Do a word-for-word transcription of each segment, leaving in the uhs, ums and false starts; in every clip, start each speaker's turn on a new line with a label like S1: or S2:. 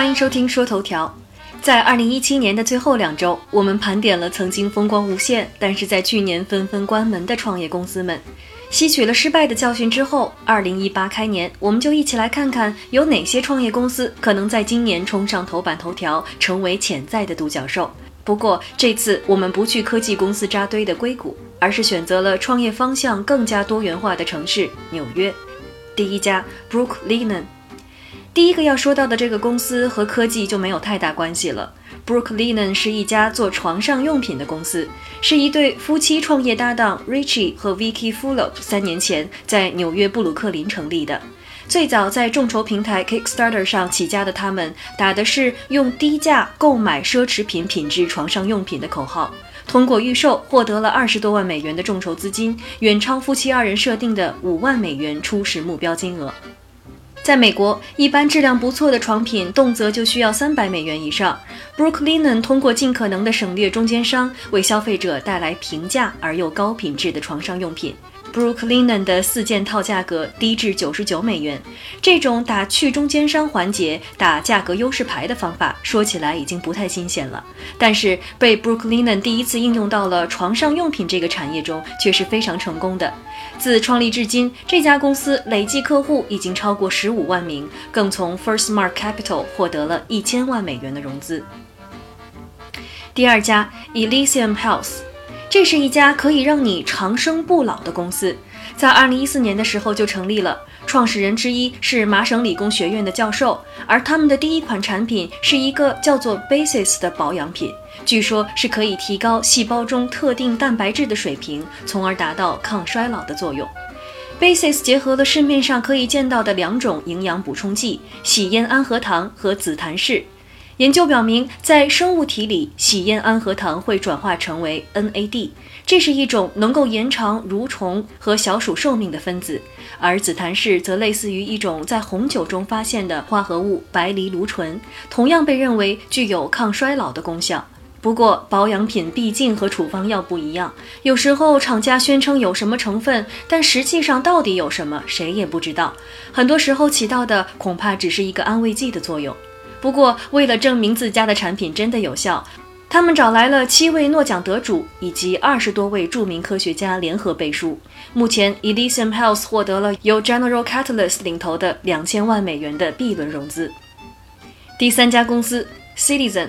S1: 欢迎收听说头条。在二零一七年的最后两周，我们盘点了曾经风光无限，但是在去年纷纷关门的创业公司们。吸取了失败的教训之后，二零一八开年，我们就一起来看看有哪些创业公司可能在今年冲上头版头条，成为潜在的独角兽。不过这次我们不去科技公司扎堆的硅谷，而是选择了创业方向更加多元化的城市纽约。第一家 Brooke Linen。第一个要说到的这个公司和科技就没有太大关系了。Brooke Linen 是一家做床上用品的公司，是一对夫妻创业搭档 Richie 和 Vicky Fulop 三年前在纽约布鲁克林成立的。最早在众筹平台 Kickstarter 上起家的他们，打的是用低价购买奢侈品品质床上用品的口号。通过预售获得了二十多万美元的众筹资金，远超夫妻二人设定的五万美元初始目标金额。在美国，一般质量不错的床品动辄就需要三百美元以上。Brooke Linen 通过尽可能的省略中间商，为消费者带来平价而又高品质的床上用品。Brooke Linen 的四件套价格低至九十九美元，这种打去中间商环节、打价格优势牌的方法，说起来已经不太新鲜了，但是被 Brooke Linen 第一次应用到了床上用品这个产业中，却是非常成功的。自创立至今，这家公司累计客户已经超过十五万名，更从 First Mark Capital 获得了一千万美元的融资。第二家 Elysium Health。这是一家可以让你长生不老的公司，在二零一四年的时候就成立了。创始人之一是麻省理工学院的教授，而他们的第一款产品是一个叫做 Basis 的保养品，据说是可以提高细胞中特定蛋白质的水平，从而达到抗衰老的作用。Basis 结合了市面上可以见到的两种营养补充剂，喜烟胺核糖和紫檀氏。研究表明，在生物体里，喜烟胺核糖会转化成为 N A D， 这是一种能够延长蠕虫和小鼠寿命的分子，而紫檀氏则类似于一种在红酒中发现的化合物白藜芦醇，同样被认为具有抗衰老的功效。不过保养品毕竟和处方药不一样，有时候厂家宣称有什么成分，但实际上到底有什么，谁也不知道。很多时候起到的恐怕只是一个安慰剂的作用。不过为了证明自家的产品真的有效，他们找来了七位诺奖得主以及二十多位著名科学家联合背书。目前 Elysium Health 获得了由 General Catalyst 领投的两千万美元的 B 轮融资。第三家公司 Citizen。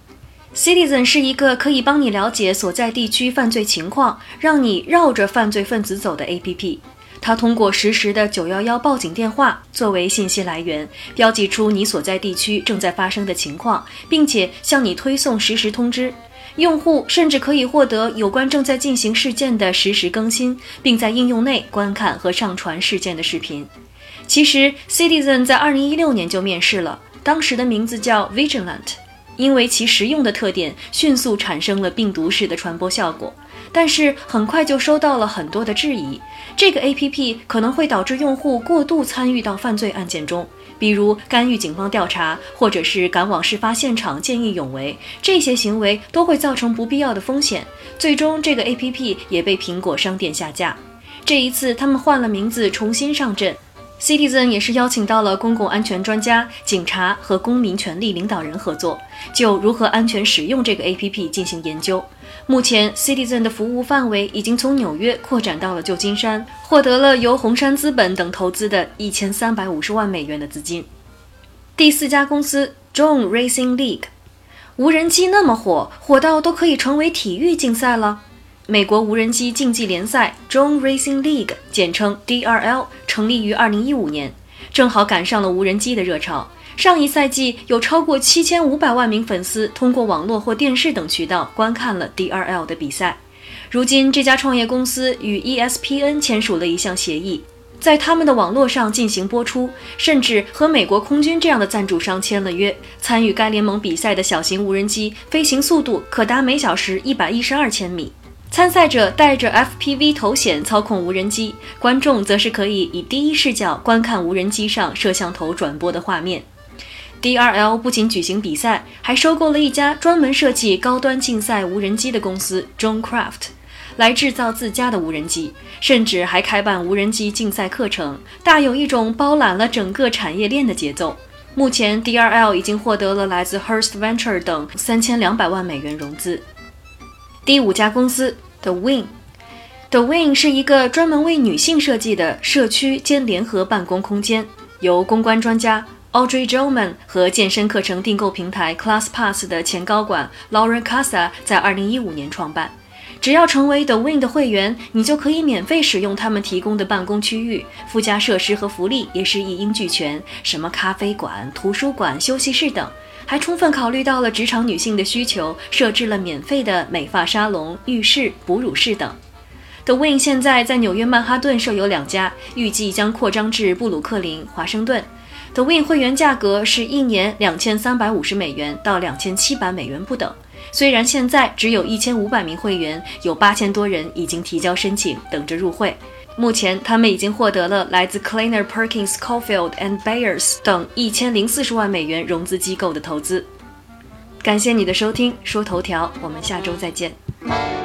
S1: Citizen 是一个可以帮你了解所在地区犯罪情况，让你绕着犯罪分子走的 A P P。它通过实时的九一一报警电话作为信息来源，标记出你所在地区正在发生的情况，并且向你推送实时通知。用户甚至可以获得有关正在进行事件的实时更新，并在应用内观看和上传事件的视频。其实 Citizen 在二零一六年就面世了，当时的名字叫 Vigilant， 因为其实用的特点迅速产生了病毒式的传播效果，但是很快就收到了很多的质疑。这个 A P P 可能会导致用户过度参与到犯罪案件中，比如干预警方调查，或者是赶往事发现场见义勇为，这些行为都会造成不必要的风险。最终这个 A P P 也被苹果商店下架。这一次他们换了名字重新上阵， Citizen 也是邀请到了公共安全专家、警察和公民权利领导人合作，就如何安全使用这个 A P P 进行研究。目前 Citizen 的服务范围已经从纽约扩展到了旧金山，获得了由红杉资本等投资的一千三百五十万美元的资金。第四家公司 Drone Racing League。 无人机那么火，火到都可以成为体育竞赛了。美国无人机竞技联赛 Drone Racing League 简称 D R L 成立于二零一五年，正好赶上了无人机的热潮。上一赛季有超过七千五百万名粉丝通过网络或电视等渠道观看了 D R L 的比赛。如今这家创业公司与 E S P N 签署了一项协议，在他们的网络上进行播出，甚至和美国空军这样的赞助商签了约，参与该联盟比赛的小型无人机飞行速度可达每小时一百一十二千米。参赛者带着 F P V 头显操控无人机，观众则是可以以第一视角观看无人机上摄像头转播的画面。D R L 不仅举行比赛，还收购了一家专门设计高端竞赛无人机的公司 Dronecraft， 来制造自家的无人机，甚至还开办无人机竞赛课程，大有一种包揽了整个产业链的节奏。 目前 D R L 已经获得了来自 Hearst Venture 等三千两百万美元融资。第五家公司 The Wing。The Wing 是一个专门为女性设计的社区兼联合办公空间，由公关专家 Audrey Jolman 和健身课程订购平台 ClassPass 的前高管 Lauren Casa 在二零一五年创办。只要成为 The Wing 的会员，你就可以免费使用他们提供的办公区域，附加设施和福利也是一应俱全，什么咖啡馆、图书馆、休息室等，还充分考虑到了职场女性的需求，设置了免费的美发沙龙、浴室、哺乳室等。The Wing 现在在纽约曼哈顿设有两家，预计将扩张至布鲁克林、华盛顿。The Wing 会员价格是一年两千三百五十美元到两千七百美元不等。虽然现在只有一千五百名会员，有八千多人已经提交申请，等着入会。目前，他们已经获得了来自 Kleiner Perkins Caufield and Byers 等一千零四十万美元融资机构的投资。感谢你的收听，说头条，我们下周再见。